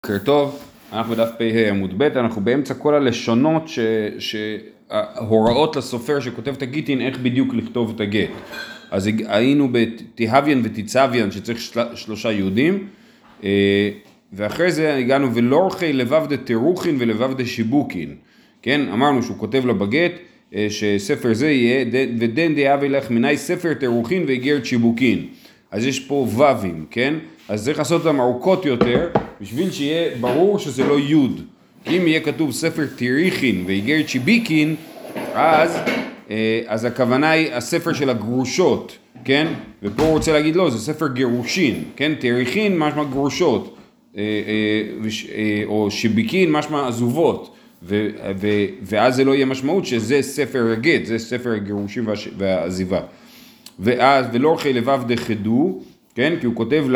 בוקר טוב, אנחנו בדף פ"ה עמוד ב', אנחנו באמצע כל הלשונות שההוראות לסופר שכותב את הגיטין, איך בדיוק לכתוב את הגט. אז היינו בתהביין ותצביין שצריך 3 יהודים, ואחרי זה הגענו ולורכי לבב דה תירוכין ולבב דה שיבוקין. כן, אמרנו שהוא כותב לה בגט שספר זה יהיה, ודן דהבי לך מיני ספר תירוכין ואיגרת שיבוקין. אז יש פה וווים, כן? אז צריך לעשות אותם ארוכות יותר, בשביל שיהיה ברור שזה לא יוד. אם יהיה כתוב ספר תיריכין ואיגרת שיביקין, אז הכוונה היא הספר של הגרושות, כן? ופה הוא רוצה להגיד לא, זה ספר גירושין, כן? תיריכין משמע גרושות, או שיביקין משמע עזובות, ואז זה לא יהיה משמעות שזה ספר הגט, זה ספר הגירושים והעזיבה. ואז ולורכי לבב דחדו, כן? כי הוא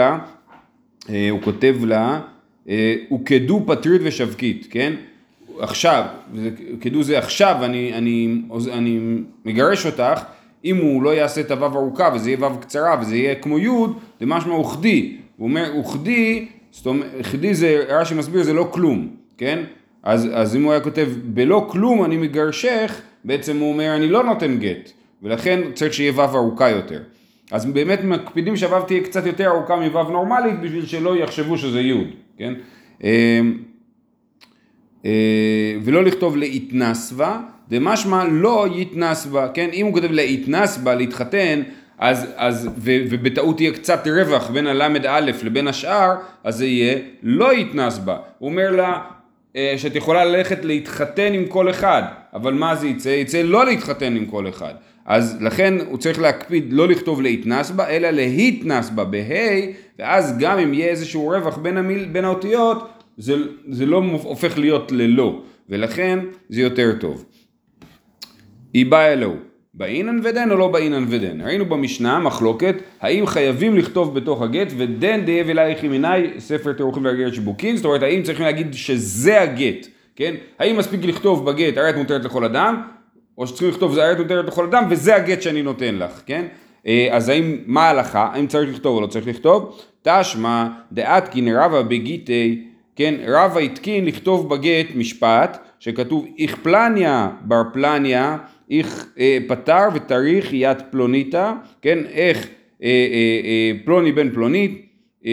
כותב לה, וכדו פטרית ושבקית, כן? עכשיו, כדו זה עכשיו, אני מגרש אותך, אם הוא לא יעשה את הוו ארוכה וזה יהיה וו קצרה וזה יהיה כמו יוד, זה משמע אוכדי. הוא אומר אוכדי, אוכדי זה, רש"י מסביר, זה לא כלום, כן? אז אם הוא היה כותב בלא כלום אני מגרשך, בעצם הוא אומר אני לא נותן גט, ולכן צריך שיהיה וו ארוכה יותר. אז באמת מקפידים שהוו תהיה קצת יותר ארוכה מוו נורמלית, בשביל שלא יחשבו שזה יוד, כן? ולא לכתוב להתנסבה, דמשמע לא יתנסבה, כן? אם הוא כותב להתנסבה, להתחתן, ובטעות יהיה קצת רווח בין הלמד א' לבין השאר, אז זה יהיה לא יתנסבה. הוא אומר לה שאת יכולה ללכת להתחתן עם כל אחד, אבל מה זה יצא? יצא לא להתחתן עם כל אחד. אז לכן הוא צריך להקפיד לא לכתוב להתנסבה, אלא להתנסבה בהי, ואז גם אם יהיה איזשהו רווח בין האותיות, זה לא הופך להיות ללא, ולכן זה יותר טוב. היא באה אלוהו, באינן ודן או לא באינן ודן? ראינו במשנה מחלוקת, האם חייבים לכתוב בתוך הגט, ודן דהב אלייך ימיני ספר תירוכין ואיגרת שיבוקין, זאת אומרת האם צריכים להגיד שזה הגט, כן? האם מספיק לכתוב בגט, הרי את מותרת לכל אדם, או שצריכים לכתוב זה הרי את מותרת לכל אדם, וזה הגט שאני נותן לך, כן? אז מה ההלכה? האם צריך לכתוב או לא צריך לכתוב? תשמע דעתקין רבא בגיטי, כן, רבא התקין לכתוב בגט משפט שכתוב איך פלניה בר פלניה, איך פטר ותאריך יד פלוניתה, כן, איך פלוני בן פלונית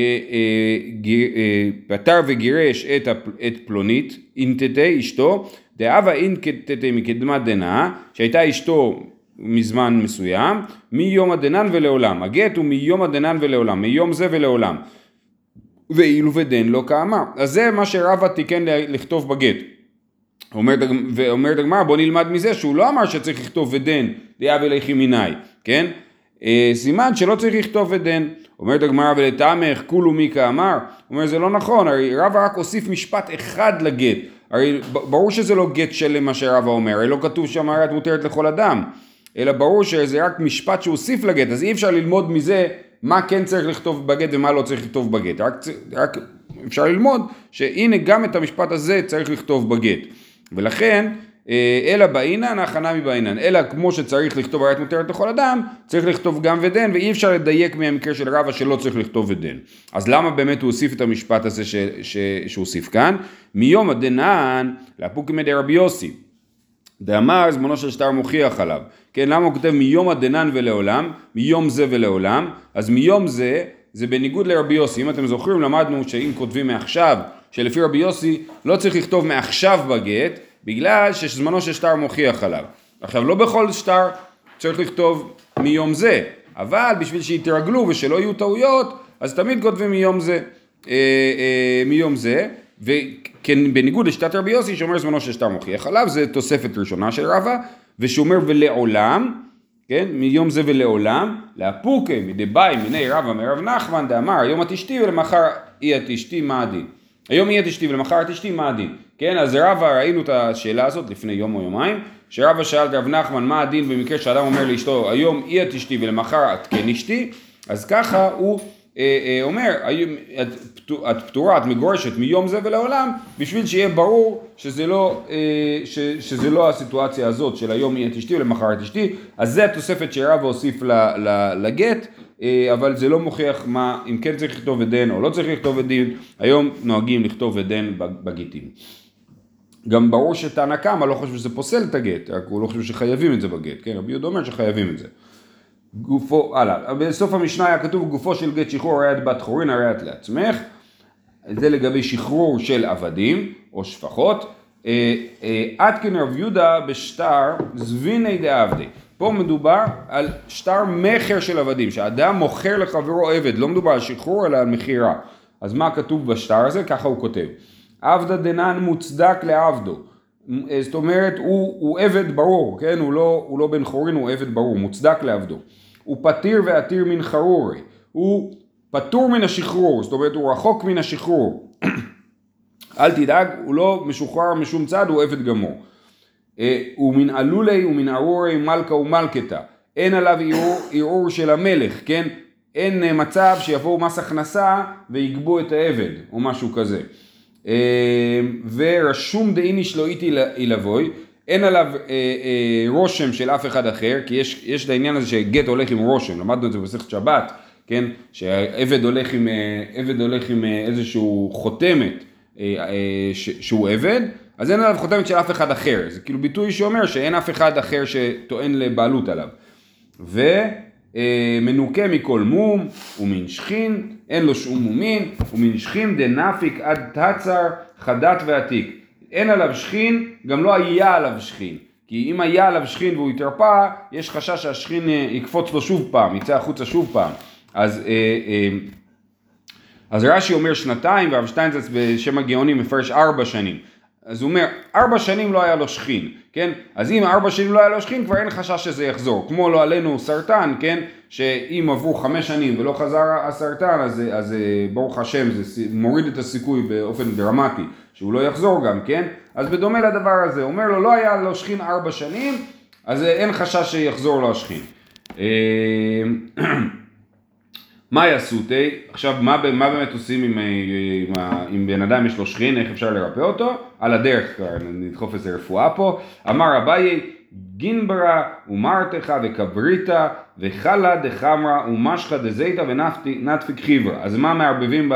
פטר וגירש את פלונית, אינתתי אשתו, דאבה אינתתי מקדמת דנה, שהייתה אשתו מזמן מסוים, מיום הדנן ולעולם. הגט הוא מיום הדנן ולעולם, מיום זה ולעולם. ואילו ודן לא כאמר. אז זה מה שרבא תיקן לכתוב בגט. ואומרת הגמרא, בוא נלמד מזה שהוא לא אמר שצריך לכתוב ודן, דהב אלייך ימיני, כן? סימן שלא צריך לכתוב ודן. אומרת הגמרא, ולתמך כולו מי כאמר? אומר זה לא נכון, הרי רבא רק הוסיף משפט אחד לגט. הרי ברור שזה לא גט שלם מה שרבא אומר, הרי לא כתוב שם הרי את מותרת לכל אדם, אלא ברור שזה רק משפט שהוסיף לגט, אז אי אפשר ללמוד מזה מה כן צריך לכתוב בגט ומה לא צריך לכתוב בגט, רק אפשר ללמוד שהנה גם את המשפט הזה צריך לכתוב בגט, ולכן אלא באינן הכנה מבאינן, אלא כמו שצריך לכתוב הרי את מותרת לכל אדם, צריך לכתוב גם ודן, ואי אפשר לדייק מהמקרה של רבא שלא צריך לכתוב ודן. אז למה באמת הוא הוסיף את המשפט הזה שהוסיף כאן? מיום הדנן לאפוקי מדי רבי יוסי, דאמר זמנו של שטר מוכיח עליו, כן, למה הוא כותב מיום הדנן ולעולם, מיום זה ולעולם, אז מיום זה בניגוד לרבי יוסי, אם אתם זוכרים למדנו שאם כותבים מעכשיו, שלפי רבי יוסי לא צריך לכתוב מעכשיו בגט, בגלל שזמנו של שטר מוכיח עליו. עכשיו לא בכל שטר צריך לכתוב מיום זה, אבל בשביל שיתרגלו ושלא יהיו טעויות, אז תמיד כותבים מיום זה, וכן בניגוד לשתת רבי יוסי שאומר זמנו של שטר מוכיח עליו, זה תוספת ראשונה של רבא, ושאומר ולעולם, כן, מיום זה ולעולם, לאפוקי מדבאי מיני רבא מרב נחמן, דאמר היום את אשתי ולמחר היא את אשתי מה הדין? היום היא את אשתי ולמחר את אשתי מה הדין? כן, אז רבא ראינו את השאלה הזאת לפני יום או יומיים, שרבא שאל את רב נחמן מה הדין במקרה שאדם אומר לאשתו היום היא את אשתי ולמחר את כן אשתי, אז ככה הוא אומר את פטורה, את מגורשת מיום זה ולעולם, בשביל שיהיה ברור שזה לא הסיטואציה הזאת של היום היא את אשתי ולמחר את אשתי, אז זה התוספת שרבא הוסיף לגט, אבל זה לא מוכיח אם כן צריך לכתוב עדן או לא צריך לכתוב עדין, היום נוהגים לכתוב עדן בגיטין. גם ברור שתנא קמא לא חושב שזה פוסל את הגט, רק הוא לא חושב שחייבים את זה בגט, כן? רבי יהודה אומר שחייבים את זה. גופו, הלאה, בסוף המשנה היה כתוב גופו של גט שחרור הרי את בת חורין הרי את לעצמך, זה לגבי שחרור של עבדים או שפחות. עדכן רב יהודה בשטר זביני דעבדי, פה מדובר על שטר מחר של עבדים, שאדם מוכר לחברו עבד, לא מדובר על שחרור אלא על מחירה. אז מה כתוב בשטר הזה? ככה הוא כותב, עבדה דנן מוצדק לעבדו, זאת אומרת הוא עבד ברור, כן? הוא לא בן חורין, הוא עבד ברור, מוצדק לעבדו. הוא פטיר ועתיר מן חרורי, הוא פטור מן השחרור, זאת אומרת הוא רחוק מן השחרור. אל תדאג, הוא לא משוחרר משום צד, הוא עבד גמור. ומן עלולי ומן ארורי מלכה ומלכתה, אין עליו ערעור של המלך, כן? אין מצב שיבואו מס הכנסה ויגבו את העבד או משהו כזה. ורשום דאיניש לא איתי לבוי, אין עליו רושם של אף אחד אחר, כי יש את העניין הזה שגט הולך עם רושם, למדנו את זה במסכת שבת, כן? שהעבד הולך עם איזשהו חותמת שהוא עבד, אז אין עליו חותמת של אף אחד אחר, זה כאילו ביטוי שאומר שאין אף אחד אחר שטוען לבעלות עליו. ומנוקה מכל מום ומן שכין, אין לו שום מומין, ומן שכין דנפיק עד תצר חדת ועתיק. אין עליו שכין, גם לא היה עליו שכין, כי אם היה עליו שכין והוא יתרפא, יש חשש שהשכין יקפוץ לו שוב פעם, יצא החוצה שוב פעם. אז רש"י אומר 2, והרב שטיינזלץ בשם הגאונים מפרש 4 שנים. אז הוא אומר, 4 שנים לא היה לו שכין, כן? אז אם 4 שנים לא היה לו שכין, כבר אין חשש שזה יחזור. כמו לא עלינו סרטן, כן? שאם עברו 5 שנים ולא חזר הסרטן, אז ברוך השם, זה מוריד את הסיכוי באופן דרמטי, שהוא לא יחזור גם, כן? אז בדומה לדבר הזה, אומר לו, לא היה לו שכין 4 שנים, אז אין חשש שיחזור לו השכין. מה יעשו תה? עכשיו, מה באמת עושים אם בן אדם יש לו שכין, איך אפשר לרפא אותו? על הדרך, נדחוף איזה רפואה פה. אמר אביי, גינברה ומרתך וקבריתה וחלה דחמרה ומשחה דזיתה ונטפיק חיברה. אז מה מערבבים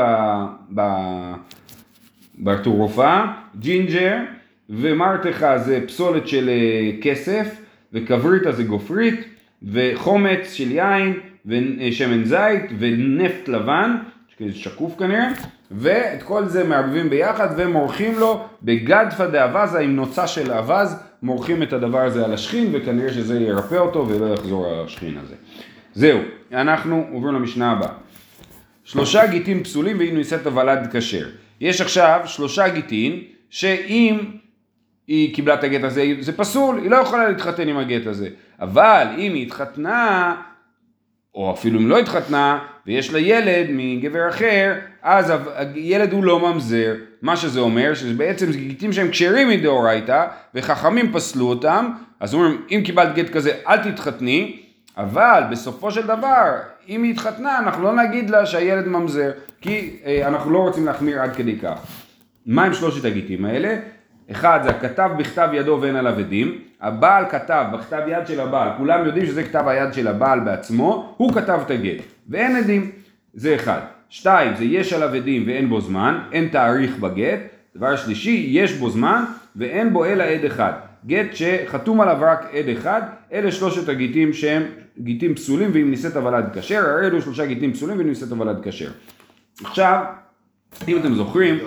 בתרופה? ג'ינג'ר, ומרתך זה פסולת של כסף, וקבריתה זה גופרית, וחומץ של יין, ושמן זית ונפט לבן, שקוף כנראה, ואת כל זה מערבבים ביחד ומורחים לו בגדפא דאבזה, עם נוצה של אבז, מורחים את הדבר הזה על השכין, וכנראה שזה ירפא אותו ולא יחזור השכין הזה. זהו, אנחנו עוברים למשנה הבאה. 3 גיטין פסולים ואם נישאת ולד כשר. יש עכשיו 3 גיטין שאם היא קיבלה את הגט הזה, זה פסול, היא לא יכולה להתחתן עם הגט הזה. אבל אם היא התחתנה, או אפילו אם לא התחתנה, ויש לה ילד מגבר אחר, אז הילד הוא לא ממזר. מה שזה אומר, שזה בעצם גיטים שהם כשרים מדאורייתא, וחכמים פסלו אותם, אז אומרים, אם קיבלת גט כזה, אל תתחתני, אבל בסופו של דבר, אם היא התחתנה, אנחנו לא נגיד לה שהילד ממזר, כי אנחנו לא רוצים להחמיר עד כדי כך. מה הם 3 הגיטים האלה? 1 זה הכתב בכתב ידו ואין עליו עדים, הבעל כתב בכתב יד של הבעל, כולם יודעים שזה כתב היד של הבעל בעצמו, הוא כתב את הגט, ואין עדים, זה 1. 2 זה יש עליו עדים ואין בו זמן, אין תאריך בגט. דבר שלישי, יש בו זמן ואין בו אלא עד אחד, גט שחתום עליו רק עד אחד. אלה 3 הגיטים שהם גיטים פסולים ואם נישאת ולד כשר, הרי אלו 3 גיטים פסולים ואם נישאת ולד כשר. עכשיו, אם אתם זוכרים,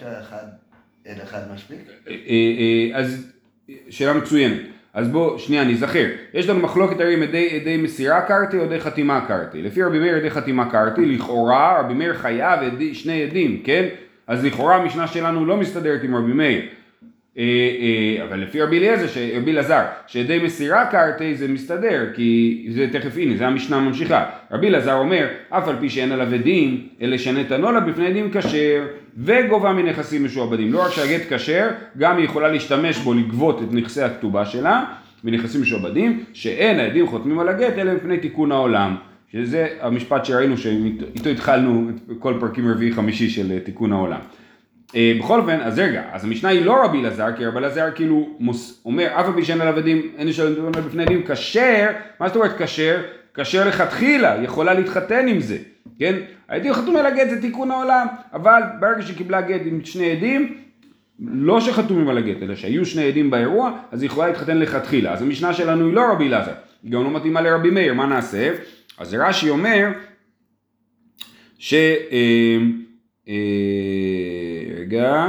עד אחד מספיק? אז שאלה מצוינת. אז בוא שנייה נזכר. יש לנו מחלוקת הרי עדי מסירה קרתי או עדי חתימה קרתי. לפי רבי מאיר עדי חתימה קרתי, לכאורה רבי מאיר חייב 2 עדים, כן? אז לכאורה המשנה שלנו לא מסתדרת עם רבי מאיר. אבל לפי רבי אלעזר, שעדי מסירה קרתי זה מסתדר, כי זה תכף הנה, זה המשנה ממשיכה. רבי אלעזר אומר, אף על פי שאין עליו עדים, אלא שנתנו לה בפני עדים כשר, וגובה מנכסים משועבדים. לא רק שהגט כשר, גם היא יכולה להשתמש בו לגבות את נכסי הכתובה שלה, מנכסים משועבדים, שאין העדים חותמים על הגט, אלא מפני תיקון העולם. שזה המשפט שראינו שאיתו התחלנו את כל פרקים 4-5 של תיקון העולם. בכל אופן, אז רגע, אז המשנה היא לא רבי אלעזר, כי רבי אלעזר כאילו אומר, אף על פי שאין עליו עדים, אין שלנו בפני עדים כשר. מה זאת אומרת כשר? כשר לכתחילה, יכולה להתחתן עם זה, כן? העדים חתום על הגט זה תיקון העולם, אבל ברגע שקיבלה גט עם שני עדים, לא שחתומים על הגט, אלא שהיו שני עדים באירוע, אז היא יכולה להתחתן לכתחילה. אז המשנה שלנו היא לא רבי אלעזר, היא גם לא מתאימה לרבי מאיר, מה נעשה? אז רש"י אומר, רגע,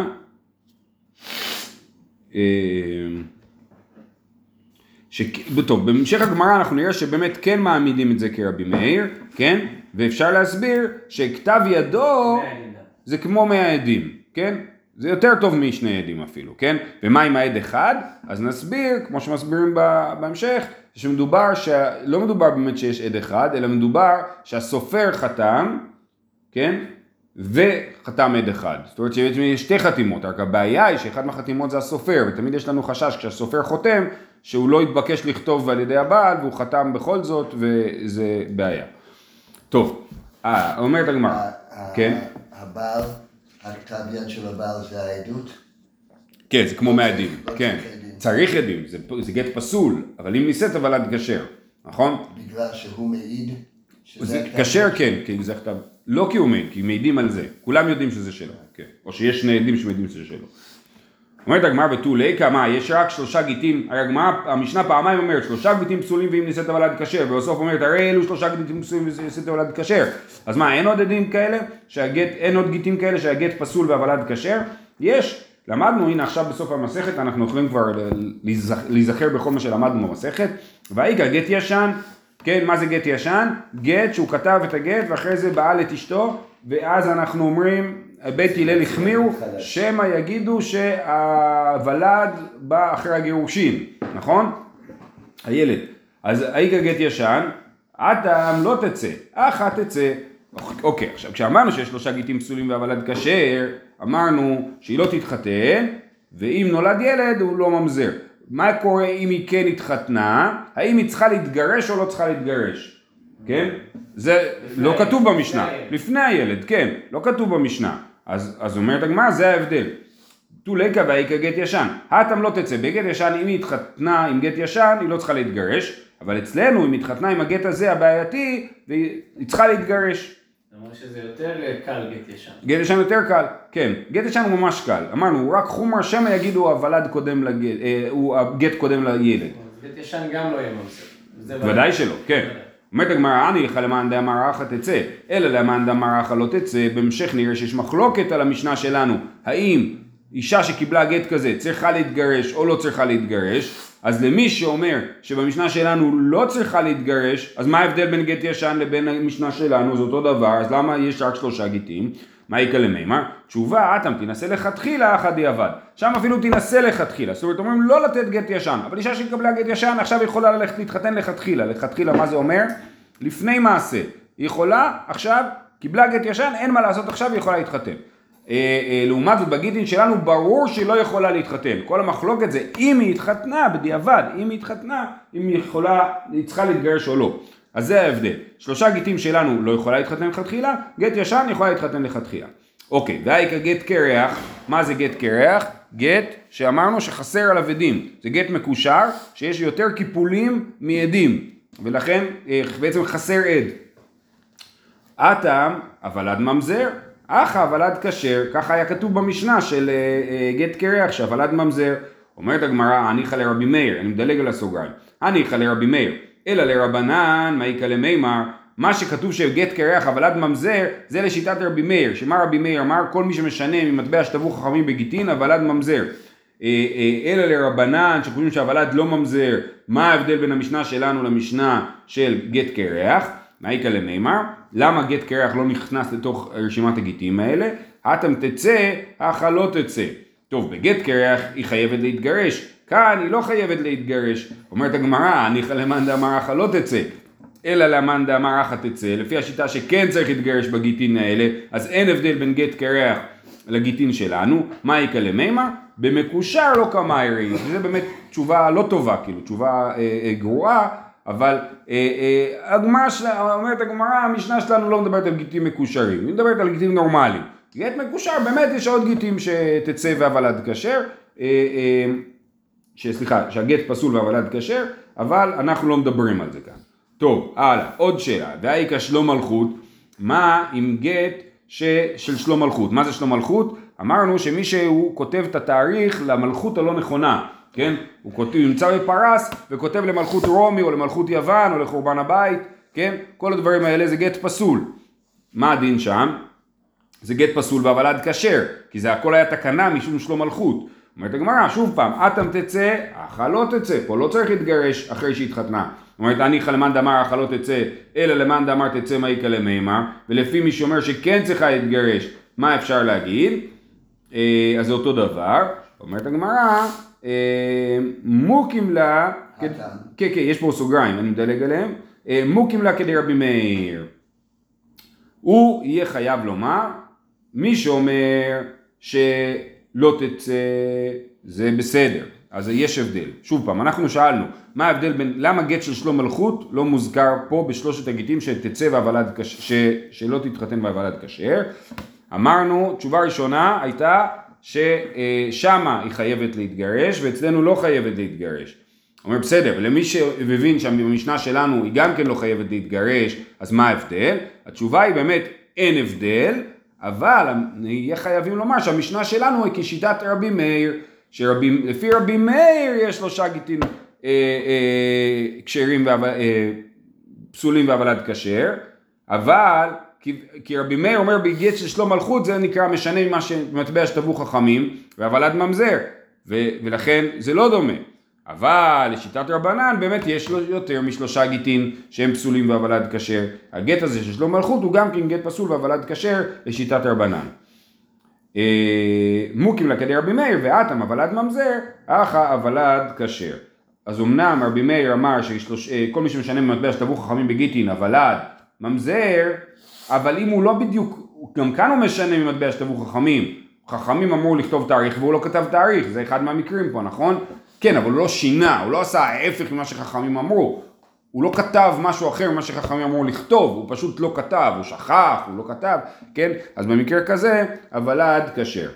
טוב, בהמשך הגמרא אנחנו נראה שבאמת כן מעמידים את זה כרבי מאיר, כן? ואפשר להסביר שכתב ידו זה כמו 100 עדים, כן? זה יותר טוב משני עדים אפילו, כן? ומה עם העד אחד? אז נסביר, כמו שמסבירים בהמשך, שמדובר, לא מדובר באמת שיש עד אחד, אלא מדובר שהסופר חתם, כן? וחתם עד אחד. זאת אומרת שיש שתי חתימות, רק הבעיה היא שאחד מהחתימות זה הסופר, ותמיד יש לנו חשש כשהסופר חותם, שהוא לא יתבקש לכתוב על ידי הבעל, והוא חתם בכל זאת, וזה בעיה. טוב, אומרת הגמרא, כן? הבעל, הכתב יד של הבעל זה העדות? כן, זה כמו מעדים, כן. צריך עדים, זה גט פסול, אבל אם ניסית ולד כשר, נכון? בגלל שהוא מעיד? כשר כן, כי זה כתב, לא כי הוא מעיד, כי מעידים על זה, כולם יודעים שזה שלו, כן. או שיש שני עדים שמעידים שזה שלו. אומרת הגמרא בתולי, כמה, יש רק 3 גיטים, המשנה פעמיים אומרת 3 גיטים פסולים ואם ניסית ולד כשר, ובסוף אומרת הרי אלו 3 גיטים פסולים ואם ניסית ולד כשר. אז מה, אין עוד עדים כאלה? אין עוד גיטים כאלה שהגט פסול והוולד כשר? יש, למדנו, הנה עכשיו בסוף המסכת, אנחנו יכולים כבר להיזכר בכל מה שלמדנו במסכת, והאיכא גט ישן, כן, מה זה גט ישן? גט שהוא כתב את הגט ואחרי זה בעל את אשתו, ואז אנחנו אומרים, בית הלל החמירו, שמא יגידו שהוולד בא אחרי הגירושין, נכון? הילד. אז האיכא גט ישן, אדם לא תצא, אחת תצא. אוקיי, עכשיו כשאמרנו שיש 3 גיטים פסולים והוולד כשר, אמרנו שהיא לא תתחתן, ואם נולד ילד הוא לא ממזר. מה קורה אם היא כן התחתנה? האם היא צריכה להתגרש או לא צריכה להתגרש? כן? זה לא כתוב במשנה. לפני הילד, כן, לא כתוב במשנה. אז אומרת הגמרא, זה ההבדל. תולקה והאיכא גט ישן. האטם לא תצא. בגט ישן, אם היא התחתנה עם גט ישן, היא לא צריכה להתגרש. אבל אצלנו, אם היא התחתנה עם הגט הזה הבעייתי, היא צריכה להתגרש. אמרו שזה יותר קל גט ישן. גט ישן יותר קל, כן. גט ישן הוא ממש קל. אמרנו, רק חומר שמא יגידו הוולד קודם לגט, הוא הגט קודם לילד. גט ישן גם לא יהיה ממזר. ודאי שלא, כן. אומרת הגמרא, אני לך למאן דאמר אחא תצא, אלא למאן דאמר אחא לא תצא. בהמשך נראה שיש מחלוקת על המשנה שלנו, האם אישה שקיבלה גט כזה צריכה להתגרש או לא צריכה להתגרש. אז למי שאומר שבמשנה שלנו לא צריכה להתגרש, אז מה ההבדל בין גט ישן לבין המשנה שלנו? זה אותו דבר, אז למה יש רק 3 גיטים? מה איכא למימר? תשובה, אתם תנסה לכתחילה אחא דיעבד. שם אפילו תנסה לכתחילה, זאת אומרת אומרים לא לתת גט ישן, אבל אישה שקבלה גט ישן עכשיו יכולה ללכת להתחתן לכתחילה. לכתחילה מה זה אומר? לפני מעשה. היא יכולה עכשיו, קיבלה גט ישן, אין מה לעשות עכשיו, היא יכולה להתחתן. לעומת זאת בגיטין שלנו ברור שהיא לא יכולה להתחתן. כל המחלוקת זה אם היא התחתנה בדיעבד, אם היא התחתנה, אם היא יכולה, היא צריכה להתגרש או לא. אז זה ההבדל. 3 גיטים שלנו לא יכולה להתחתן לכתחילה, גט ישן יכולה להתחתן לכתחילה. אוקיי, והאיכא גט קרח. מה זה גט קרח? גט שאמרנו שחסר עליו עדים. זה גט מקושר שיש יותר קיפולים מעדים, ולכן בעצם חסר עד. אטם, הוולד ממזר. אחא הוולד כשר, ככה היה כתוב במשנה של גט קרח, שהוולד ממזר. אומרת הגמרא, הניחא לרבי מאיר, אני מדלג על הסוגריים, הניחא לרבי מאיר, אלא לרבנן, מה איכא למימר, מה שכתוב שגט קרח הוולד ממזר, זה לשיטת רבי מאיר, שמה רבי מאיר אמר, כל מי שמשנה ממטבע שטבעו חכמים בגיטין, הוולד ממזר. אלא לרבנן, שחושבים שהוולד לא ממזר, מה ההבדל בין המשנה שלנו למשנה של גט קרח? מה איכא למימר? למה גט קרח לא נכנס לתוך רשימת הגיטים האלה? אתם תצא, אחא לא תצא. טוב, בגט קרח היא חייבת להתגרש, כאן היא לא חייבת להתגרש. אומרת הגמרא, הניחא למאן דאמר אחא לא תצא, אלא למאן דאמר אחא תצא. לפי השיטה שכן צריך להתגרש בגיטין האלה, אז אין הבדל בין גט קרח לגיטין שלנו. מה איכא למימר? במקושר לא קמיירי. זה באמת תשובה לא טובה, כאילו תשובה גרועה. אבל אומרת הגמרא, המשנה שלנו לא מדברת על גיטים מקושרים, היא מדברת על גיטים נורמליים. גט מקושר, באמת יש עוד גיטים שתצא והוולד כשר, סליחה, שהגט פסול והוולד כשר, אבל אנחנו לא מדברים על זה כאן. טוב, הלאה, עוד שאלה, והאיקה שלום מלכות, מה עם גט של שלום מלכות? מה זה שלום מלכות? אמרנו שמי שהוא כותב את התאריך למלכות הלא נכונה, כן? הוא נמצא בפרס וכותב למלכות רומי או למלכות יוון או לחורבן הבית, כן? כל הדברים האלה זה גט פסול. מה הדין שם? זה גט פסול והוולד כשר, כי זה הכל היה תקנה משום שלום מלכות. אומרת הגמרא, שוב פעם, אתם תצא, אכל לא תצא, פה לא צריך להתגרש אחרי שהתחתנה. אומרת, אני למאן דאמר אכל לא תצא, אלא למאן דאמר תצא מאיקה למימר, ולפי מי שאומר שכן צריכה להתגרש, מה אפשר להגיד? אז זה אותו דבר. אומרת הגמרא, מוקים לה, כן, יש פה סוגריים, אני מדלג עליהם, מוקים לה כדי רבי מאיר. הוא יהיה חייב לומר, מי שאומר שלא תצא, זה בסדר. אז יש הבדל. שוב פעם, אנחנו שאלנו, מה ההבדל בין, למה גט של שלום מלכות לא מוזכר פה בשלושת הגיטים שתצא והוולד שלא תתחתן והוולד כשר? אמרנו, תשובה ראשונה הייתה ששמה היא חייבת להתגרש ואצלנו לא חייבת להתגרש. אומר בסדר, למי שהבין שבמשנה שלנו היא גם כן לא חייבת להתגרש, אז מה ההבדל? התשובה היא באמת אין הבדל, אבל נהיה חייבים לומר שהמשנה שלנו היא כשיטת רבי מאיר, שלפי רבי מאיר יש 3 גיטין כשרים פסולים והוולד כשר, אבל כי רבי מאיר אומר בגט של שלום מלכות זה נקרא משנה ממה שמטבע שטבעו חכמים והוולד ממזר, ולכן זה לא דומה. אבל לשיטת רבנן באמת יש לו יותר מ3 גיטין שהם פסולים והוולד כשר. הגט הזה של שלום מלכות הוא גם כן גט פסול והוולד כשר לשיטת רבנן. מוקים לה כדי רבי מאיר ואתם הוולד ממזר, אחא הוולד כשר. אז אמנם רבי מאיר אמר שכל מי שמשנה במטבע שטבעו חכמים בגיטין הוולד ממזר, אבל אם הוא לא בדיוק, גם כאן הוא משנה ממטבע שטבעו חכמים. חכמים אמרו לכתוב תאריך והוא לא כתב תאריך, זה אחד מהמקרים פה, נכון? כן, אבל הוא לא שינה, הוא לא עשה ההפך ממה שחכמים אמרו. הוא לא כתב משהו אחר ממה שחכמים אמרו לכתוב, הוא פשוט לא כתב, הוא שכח, הוא לא כתב, כן? אז במקרה כזה, הוולד כשר.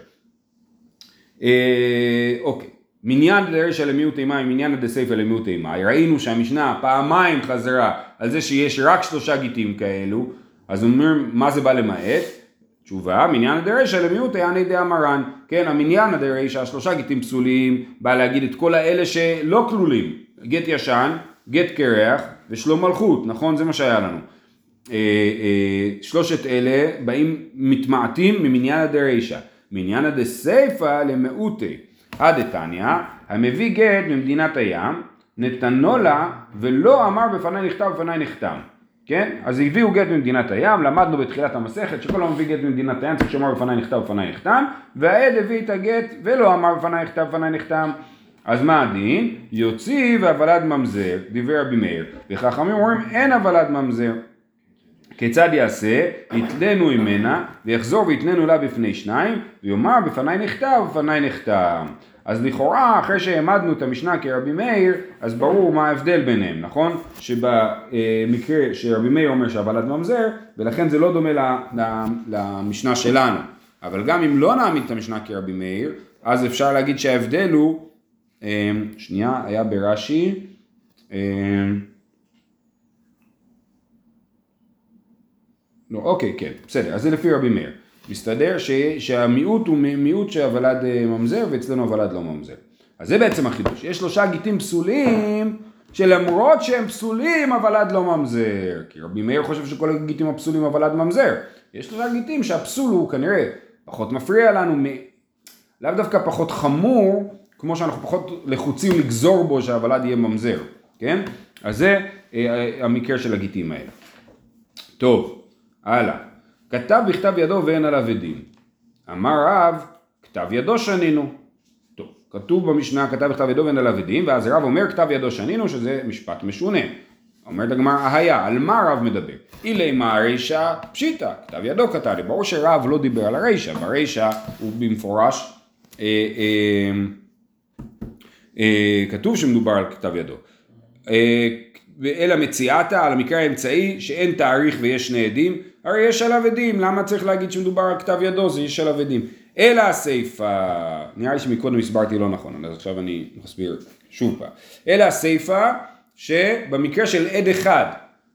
אוקיי. מניין דרישא למיעוטי מים, מניין דסייפא למיעוטי מים. ראינו שהמשנה פעמיים חזרה על זה שיש רק 3 גיטים כאלו, אז אומרים מה זה בא למעט? תשובה, מניין דרישא למיעוטי עני דאמרן. כן, המניין דרישא, 3 גיטים פסולים, בא להגיד את כל האלה שלא כלולים. גט ישן, גט קרח ושלום מלכות, נכון? זה מה שהיה לנו. 3 אלה באים מתמעטים ממניין דרישא. מניין דסייפא למיעוטי. הדתניא, המביא גט ממדינת הים, נתנו לה ולא אמר בפני נכתב בפני נחתם. כן? אז הביאו גט ממדינת הים, למדנו בתחילת המסכת שכל המביא גט ממדינת הים צריך שאומר בפני נכתב בפני נחתם, והעד הביא את הגט ולא אמר בפני נכתב בפני נחתם. אז מה הדין? יוציא והוולד ממזר, דברי רבי מאיר, וחכמים אומרים אין הוולד ממזר. כיצד יעשה? יתלנו ממנה ויחזור ויתננו לה בפני 2 ויאמר בפני נכתב בפני נחתם. אז לכאורה אחרי שהעמדנו את המשנה כרבי מאיר אז ברור מה ההבדל ביניהם, נכון? שבמקרה שרבי מאיר אומר שהוולד ממזר ולכן זה לא דומה למשנה שלנו, אבל גם אם לא נעמיד את המשנה כרבי מאיר אז אפשר להגיד שההבדל הוא שנייה, היה ברש"י לא, אוקיי, כן, בסדר, אז זה לפי רבי מאיר. מסתדר שהמיעוט הוא מיעוט שהוולד ממזר ואצלנו הוולד לא ממזר. אז זה בעצם החידוש. יש 3 גיטים פסולים שלמרות שהם פסולים הוולד לא ממזר. כי רבי מאיר חושב שכל הגיטים הפסולים הוולד ממזר. יש 3 גיטים שהפסול הוא כנראה פחות מפריע לנו, לאו דווקא פחות חמור, כמו שאנחנו פחות לחוצים לגזור בו שהוולד יהיה ממזר. כן? אז זה המקרה של הגיטים האלה. טוב. הלאה, כתב בכתב ידו ואין עליו עדים. אמר רב, כתב ידו שנינו. טוב, כתוב במשנה כתב בכתב ידו ואין עליו עדים, ואז רב אומר כתב ידו שנינו, שזה משפט משונה. אומרת הגמרא, היה, על מה רב מדבר? אילי מה הרישא פשיטא, כתב ידו כתב לי. ברור שרב לא דיבר על הרישא, ברישא הוא במפורש כתוב שמדובר על כתב ידו. אלא מציאתה על המקרה האמצעי שאין תאריך ויש 2 עדים, הרי יש עליו עדים, למה צריך להגיד שמדובר על כתב ידו, זה יש עליו עדים. אלא הסיפה, נראה לי שמקודם הסברתי לא נכון, אז עכשיו אני מסביר שוב פעם. אלא הסיפה שבמקרה של עד אחד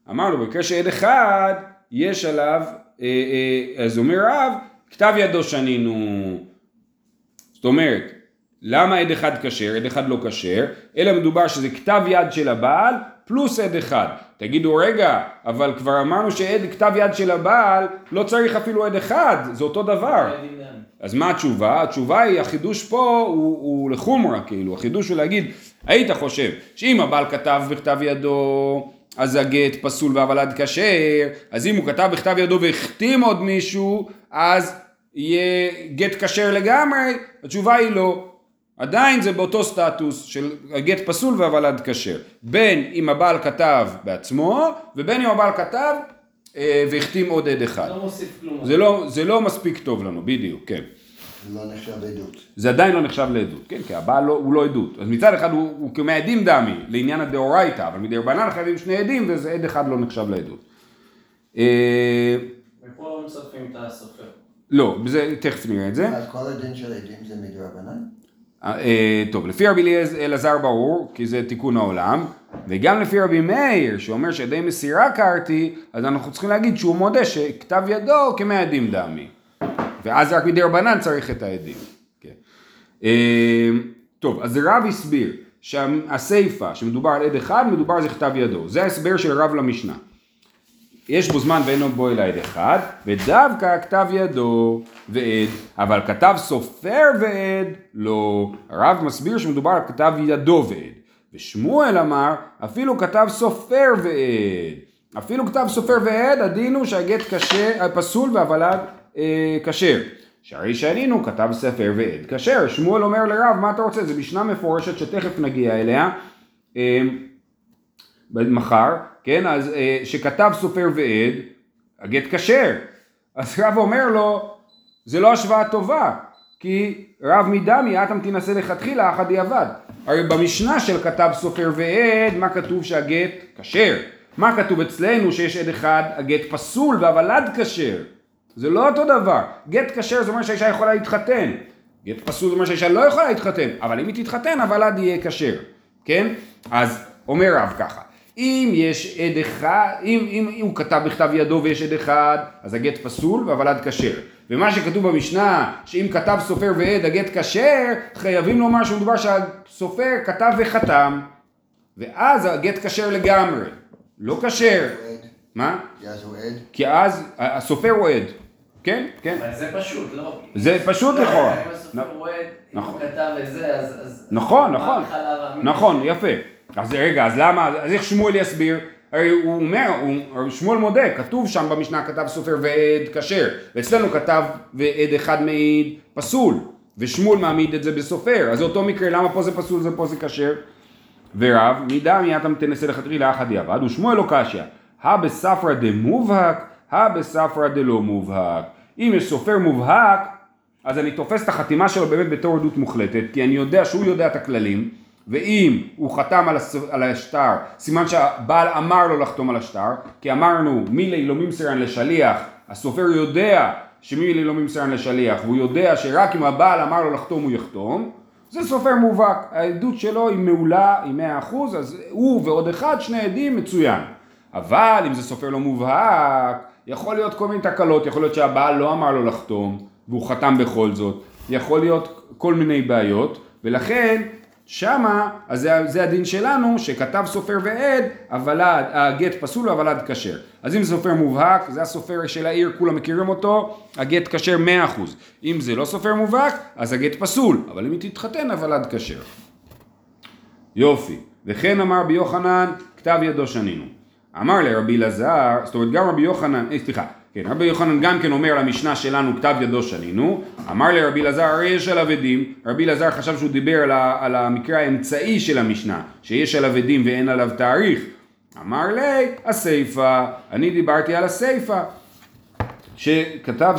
אמרנו, במקרה שעד אחד, יש עליו, אז אומר רב, כתב ידו שנינו. זאת אומרת, למה עד אחד כשר, עד אחד לא כשר, אלא מדובר שזה כתב יד של הבעל, פלוס עד אחד. תגידו רגע, אבל כבר אמרנו שעד כתב יד של הבעל, לא צריך אפילו עד אחד, זה אותו דבר. אז מה התשובה? התשובה היא, החידוש פה הוא לחומרה, כאילו, החידוש הוא להגיד, היית חושב שאם הבעל כתב בכתב ידו, אז הגט פסול והוולד כשר, אז אם הוא כתב בכתב ידו והחתים עוד מישהו, אז יהיה גט כשר לגמרי, התשובה היא לא. עדיין זה באותו סטטוס של הגט פסול והוולד כשר. בין אם הבעל כתב בעצמו, ובין אם הבעל כתב והחתים עוד עד אחד. לא מוסיף כלום. זה לא מספיק טוב לנו, בדיוק, כן. זה לא נחשב עדות. זה עדיין לא נחשב לעדות, כן, כי הבעל הוא לא עדות. אז מצד אחד הוא כמעדים דמי, לעניין הדאורייתא, אבל מדרבנן חייבים שני עדים, וזה עד אחד לא נחשב לעדות. ופה לא מספרים את הסופר. לא, תכף נראה את זה. אז כל הדין של עדים זה מדרבנן? טוב, לפי רבי אלעזר ברור, כי זה תיקון העולם, וגם לפי רבי מאיר, שאומר שעדי מסירה קרתי, אז אנחנו צריכים להגיד שהוא מודה שכתב ידו כמעדים דמי. ואז רק מדרבנן צריך את העדים. כן. טוב, אז רב הסביר שהסיפה שמדובר על עד אחד, מדובר זה כתב ידו. זה ההסבר של רב למשנה. יש בו זמן ואינו בו אלא עד אחד, ודווקא כתב ידו ועד, אבל כתב סופר ועד, לא. הרב מסביר שמדובר על כתב ידו ועד. ושמואל אמר, אפילו כתב סופר ועד. אפילו כתב סופר ועד, הדין הוא שהגט פסול והוולד כשר. שהרי שענינו כתב ספר ועד כשר. שמואל אומר לרב, מה אתה רוצה? זה משנה מפורשת שתכף נגיע אליה. מחר, כן, אז שכתב סופר ועד, הגט כשר. אז רב אומר לו, זה לא השוואה טובה, כי רב מדמי, אתם תנסה לכתחילה, אחד יעבד. הרי במשנה של כתב סופר ועד, מה כתוב שהגט כשר? מה כתוב אצלנו שיש עד אחד, הגט פסול והוולד כשר? זה לא אותו דבר. גט כשר זה אומר שהאישה יכולה להתחתן. גט פסול זה אומר שהאישה לא יכולה להתחתן, אבל אם היא תתחתן, הוולד יהיה כשר. כן? אז אומר רב ככה. אם יש עד אחד, אם הוא כתב בכתב ידו ויש עד אחד, אז הגט פסול והוולד כשר. ומה שכתוב במשנה, שאם כתב סופר ועד הגט כשר, חייבים לומר שמדובר שהסופר כתב וחתם. ואז הגט כשר לגמרי. לא כשר. מה? כי אז הוא עד. כי אז הסופר הוא עד. כן? כן. אבל זה פשוט, לא? זה פשוט לכאורה. אם הסופר הוא עד, אם הוא כתב את זה, אז... נכון, נכון. נכון, יפה. אז רגע, אז למה? אז איך שמואל יסביר? הרי הוא אומר, שמואל מודה, כתוב שם במשנה כתב סופר ועד כשר, ואצלנו כתב ועד אחד מעיד פסול, ושמואל מעמיד את זה בסופר, אז אותו מקרה, למה פה זה פסול, זה פה זה כשר? ורב, מדמי אתה תנסה לכתחילה אחד יעבד, ושמואל לא קשיא, בספרא דמובהק, בספרא דלא מובהק. אם יש סופר מובהק, אז אני תופס את החתימה שלו באמת בתור עדות מוחלטת, כי אני יודע שהוא יודע את הכללים, ואם הוא חתם על השטר, סימן שהבעל אמר לו לחתום על השטר, כי אמרנו מילי לא ממסרן לשליח, הסופר יודע שמילי לא ממסרן לשליח, והוא יודע שרק אם הבעל אמר לו לחתום הוא יחתום, זה סופר מובהק, העדות שלו היא מעולה, היא 100%, אז הוא ועוד אחד, שני עדים, מצוין. אבל אם זה סופר לא מובהק, יכול להיות כל מיני תקלות, יכול להיות שהבעל לא אמר לו לחתום, והוא חתם בכל זאת, יכול להיות כל מיני בעיות, ולכן שמה, אז זה הדין שלנו, שכתב סופר ועד, הגט פסול והוולד כשר. אז אם זה סופר מובהק, זה הסופר של העיר, כולם מכירים אותו, הגט כשר 100%. אם זה לא סופר מובהק, אז הגט פסול, אבל אם היא תתחתן, הוולד כשר. יופי. וכן אמר רבי יוחנן, כתב ידו שנינו. אמר לרבי אלעזר, זאת אומרת גם רבי יוחנן, כן, רבי יוחנן גם כן אומר למשנה שלנו, כתב ידו שנינו, אמר לרבי אלעזר, הרי יש עליו עדים, רבי אלעזר חשב שהוא דיבר על המקרה האמצעי של המשנה, שיש עליו עדים ואין עליו תאריך, אמר לי, הסיפה, אני דיברתי על הסיפה, שכתב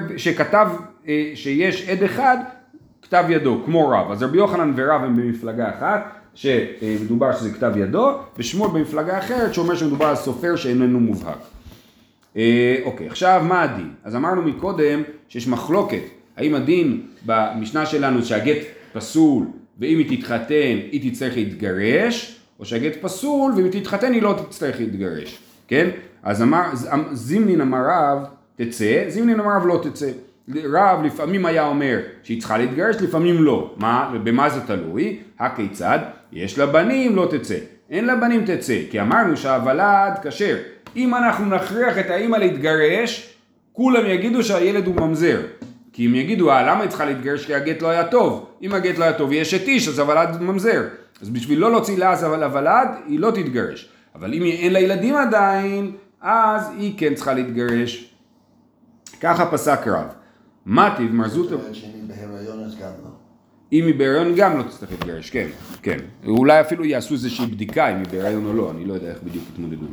שיש עד אחד, כתב ידו, כמו רב, אז רבי יוחנן ורב הם במפלגה אחת, שמדובר שזה כתב ידו, ושמואל במפלגה אחרת שאומר שמדובר על סופר שאיננו מובהק. אוקיי, עכשיו מה הדין? אז אמרנו מקודם שיש מחלוקת, האם הדין במשנה שלנו שהגט פסול ואם היא תתחתן היא תצטרך להתגרש, או שהגט פסול ואם היא תתחתן היא לא תצטרך להתגרש. כן? אז אמר, זימנין אמר רב תצא, זימנין אמר רב לא תצא. רב לפעמים היה אומר שהיא צריכה להתגרש, לפעמים לא. במה זה תלוי? הכיצד? יש לה בנים, לא תצא. אין לה בנים תצא, כי אמרנו שהוולד כשר. אם אנחנו נכריח את האמא להתגרש, כולם יגידו שהילד הוא ממזר. כי אם יגידו, למה היא צריכה להתגרש? כי הגט לא היה טוב. אם הגט לא היה טוב, יש את איש, אז הוולד ממזר. אז בשביל לא להוציא לעז הוולד, היא לא תתגרש. אבל אם אין לה ילדים עדיין, אז היא כן צריכה להתגרש. ככה פסק רב. מטיב מרזות... זאת אומרת שאם היא בהיריון אז גם לא. אם היא בהיריון גם לא תצטרך להתגרש, כן, כן. אולי אפילו יעשו איזושהי בדיקה אם היא בהיריון או לא, אני לא יודע איך בדיוק התמודדו.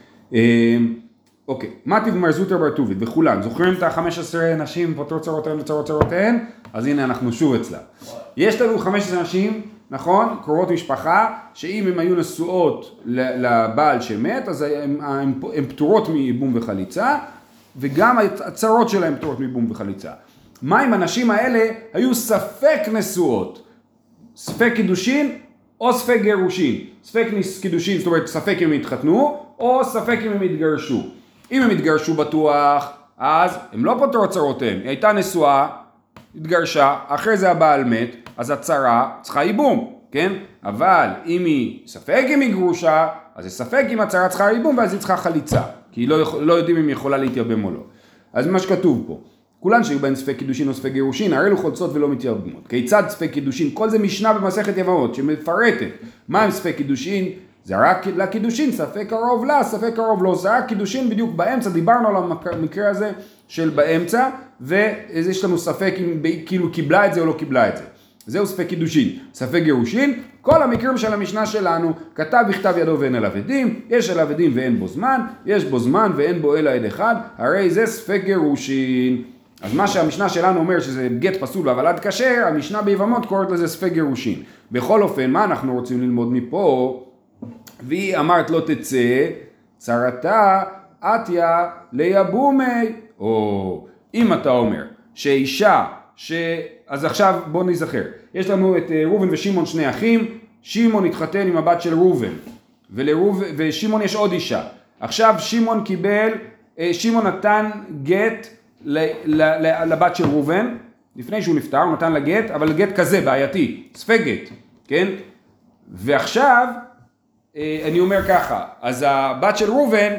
אוקיי, מטיב מרזות בר טובית וכולן, זוכרים את ה-15 נשים פותרות צרותיהן וצרות צרותיהן? אז הנה אנחנו שוב אצלה. יש לנו 15 נשים, נכון? קרובות משפחה, שאם הן היו נשואות לבעל שמת, אז הן פטורות מייבום וחליצה, וגם הצרות שלהן פטורות מייבום וחליצה. מה אם הנשים האלה היו ספק נשואות? ספק קידושין או ספק גירושין? ספק קידושין, זאת אומרת ספק אם הם התחתנו, או ספק אם הם התגרשו. אם הם התגרשו בטוח, אז הם לא פותרות צרותיהם. היא הייתה נשואה, התגרשה, אחרי זה הבעל מת, אז הצרה צריכה ייבום, כן? אבל אם היא ספק אם היא גרושה, אז זה ספק אם הצרה צריכה ייבום, ואז היא צריכה חליצה. כי לא יודעים אם היא יכולה להתייבם או לא. אז מה שכתוב פה, כולן שהיו בהן ספק קידושין או ספק גירושין, הרי אלו חולצות ולא מתייבמות. כיצד ספק קידושין? כל זה משנה במסכת יבמות שמפרטת. מה הם ספק קידושין? זה רק לקידושין, ספק קרוב לה, ספק קרוב לא. זה רק קידושין בדיוק באמצע, דיברנו על המקרה הזה של באמצע, ויש לנו ספק אם כאילו קיבלה את זה או לא קיבלה את זה. זהו ספק קידושין. ספק גירושין, כל המקרים של המשנה שלנו, כתב בכתב ידו ואין עליו עדים, יש עליו עדים ואין בו זמן, יש בו זמן ואין בו אלא עד אחד, הרי זה ספק גירושין. אז מה שהמשנה שלנו אומר שזה גט פסול והוולד כשר, המשנה ביבמות קוראת לזה ספק גירושין. בכל אופן, מה אנחנו רוצים ללמוד מפה? והיא אמרת לא תצא, צרתה עתיה ליבומי. או אם אתה אומר שאישה, אז עכשיו בוא נזכר. יש לנו את ראובן ושמעון שני אחים, שמעון התחתן עם הבת של ראובן, ושמעון יש עוד אישה. עכשיו שמעון נתן גט לבת של ראובן, לפני שהוא נפטר, הוא נתן לה גט, אבל גט כזה בעייתי, ספק גט, כן? ועכשיו אני אומר ככה, אז הבת של ראובן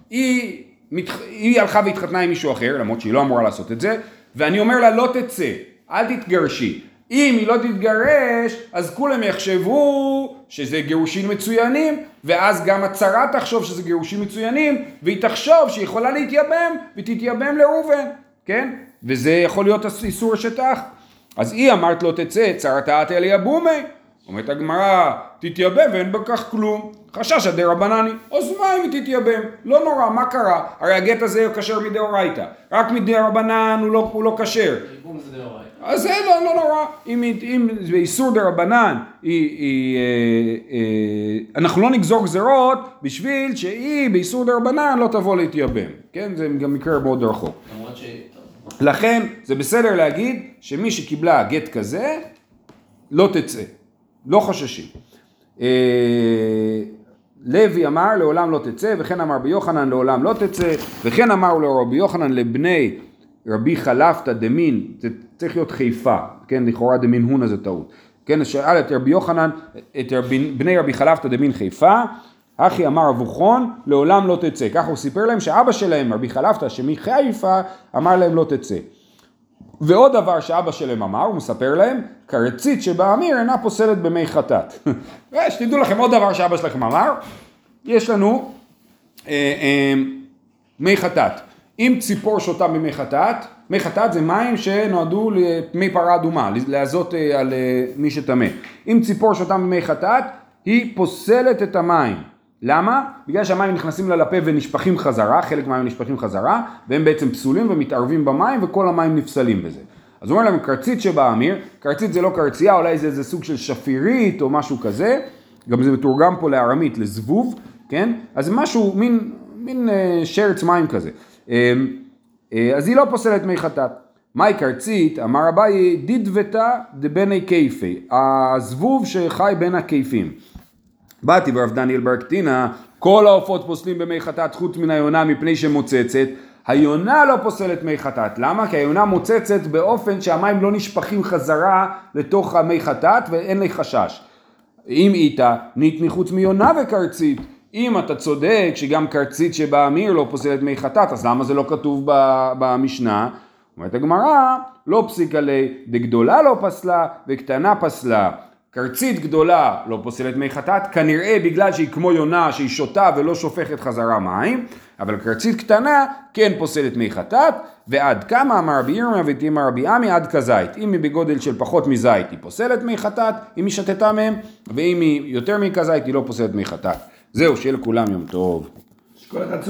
היא הלכה והתחתנה עם מישהו אחר, למרות שהיא לא אמורה לעשות את זה, ואני אומר לה לא תצא, אל תתגרשי. אם היא לא תתגרש, אז כולם יחשבו שזה גירושים מצוינים, ואז גם הצרה תחשוב שזה גירושים מצוינים, והיא תחשוב שהיא יכולה להתייבם, ותתייבם לראובן, כן? וזה יכול להיות איסור שטח. אז היא אמרת לא תצא, צרתה עתיה ליבומי. אומרת הגמרא, תתייבם ואין בכך כלום. חשש דרבנן, אז מה אם היא תתייבם? לא נורא, מה קרה? הרי הגט הזה הוא כשר מדאורייתא. רק מדרבנן הוא לא כשר. ייבום זה דאורייתא. אז זה לא נורא. אם באיסור דרבנן, אנחנו לא נגזור גזרות בשביל שהיא באיסור דרבנן לא תבוא להתייבם. כן? זה גם מקרה מאוד רחוק. למרות ש... לכן זה בסדר להגיד שמי שקיבלה גט כזה לא תצא. לא חוששים. לוי אמר לעולם לא תצא, וכן אמר רבי יוחנן לעולם לא תצא, וכן אמר לו רבי יוחנן לבני רבי חלפתא דמין, זה צריך להיות חיפה, כן, לכאורה דמין הונה זה טעות. כן, שאל את רבי יוחנן, את בני רבי חלפתא דמין חיפה, אחי אמר אבוכון, לעולם לא תצא. ככה הוא סיפר להם שאבא שלהם, רבי חלפתא, שמחיפה, אמר להם לא תצא. ועוד דבר שאבא שלהם אמר, הוא מספר להם, קרצית שבאמיר אינה פוסלת במי חטאת. שתדעו לכם עוד דבר שאבא שלכם אמר, יש לנו מי חטאת. אם ציפור שותה במי חטאת, מי חטאת זה מים שנועדו למי פרה אדומה, לעזות על מי שטמא. אם ציפור שותה במי חטאת, היא פוסלת את המים. למה? בגלל שהמים נכנסים לה לפה ונשפכים חזרה, חלק מהמים נשפכים חזרה, והם בעצם פסולים ומתערבים במים וכל המים נפסלים בזה. אז הוא אומר להם קרצית שבאמיר, קרצית זה לא קרצייה, אולי זה איזה סוג של שפירית או משהו כזה, גם זה מתורגם פה לארמית, לזבוב, כן? אז זה משהו, מין שרץ מים כזה. אז היא לא פוסלת מי חטאת. מהי קרצית? אמר אביי, דידבתא דבני כיפי, הזבוב שחי בין הכיפים. באתי ברב דניאל בר קטינה, כל העופות פוסלים במי חטאת חוץ מן היונה מפני שמוצצת, היונה לא פוסלת מי חטאת. למה? כי היונה מוצצת באופן שהמים לא נשפכים חזרה לתוך המי חטאת ואין לי חשש. אם איתה ניתני חוץ מיונה וקרצית, אם אתה צודק שגם קרצית שבאמיר לא פוסלת מי חטאת, אז למה זה לא כתוב במשנה? אומרת הגמרא, לא פסיקה לי, דגדולה לא פסלה וקטנה פסלה. קרצית גדולה לא פוסלת מי חטאת, כנראה בגלל שהיא כמו יונה שהיא שותה ולא שופכת חזרה מים, אבל קרצית קטנה כן פוסלת מי חטאת, ועד כמה אמר רבי ירמיה ותימא רבי עמי עד כזית. אם היא בגודל של פחות מזית היא פוסלת מי חטאת, אם היא שתתה מהם, ואם היא יותר מכזית היא לא פוסלת מי חטאת. זהו, שיהיה לכולם יום טוב.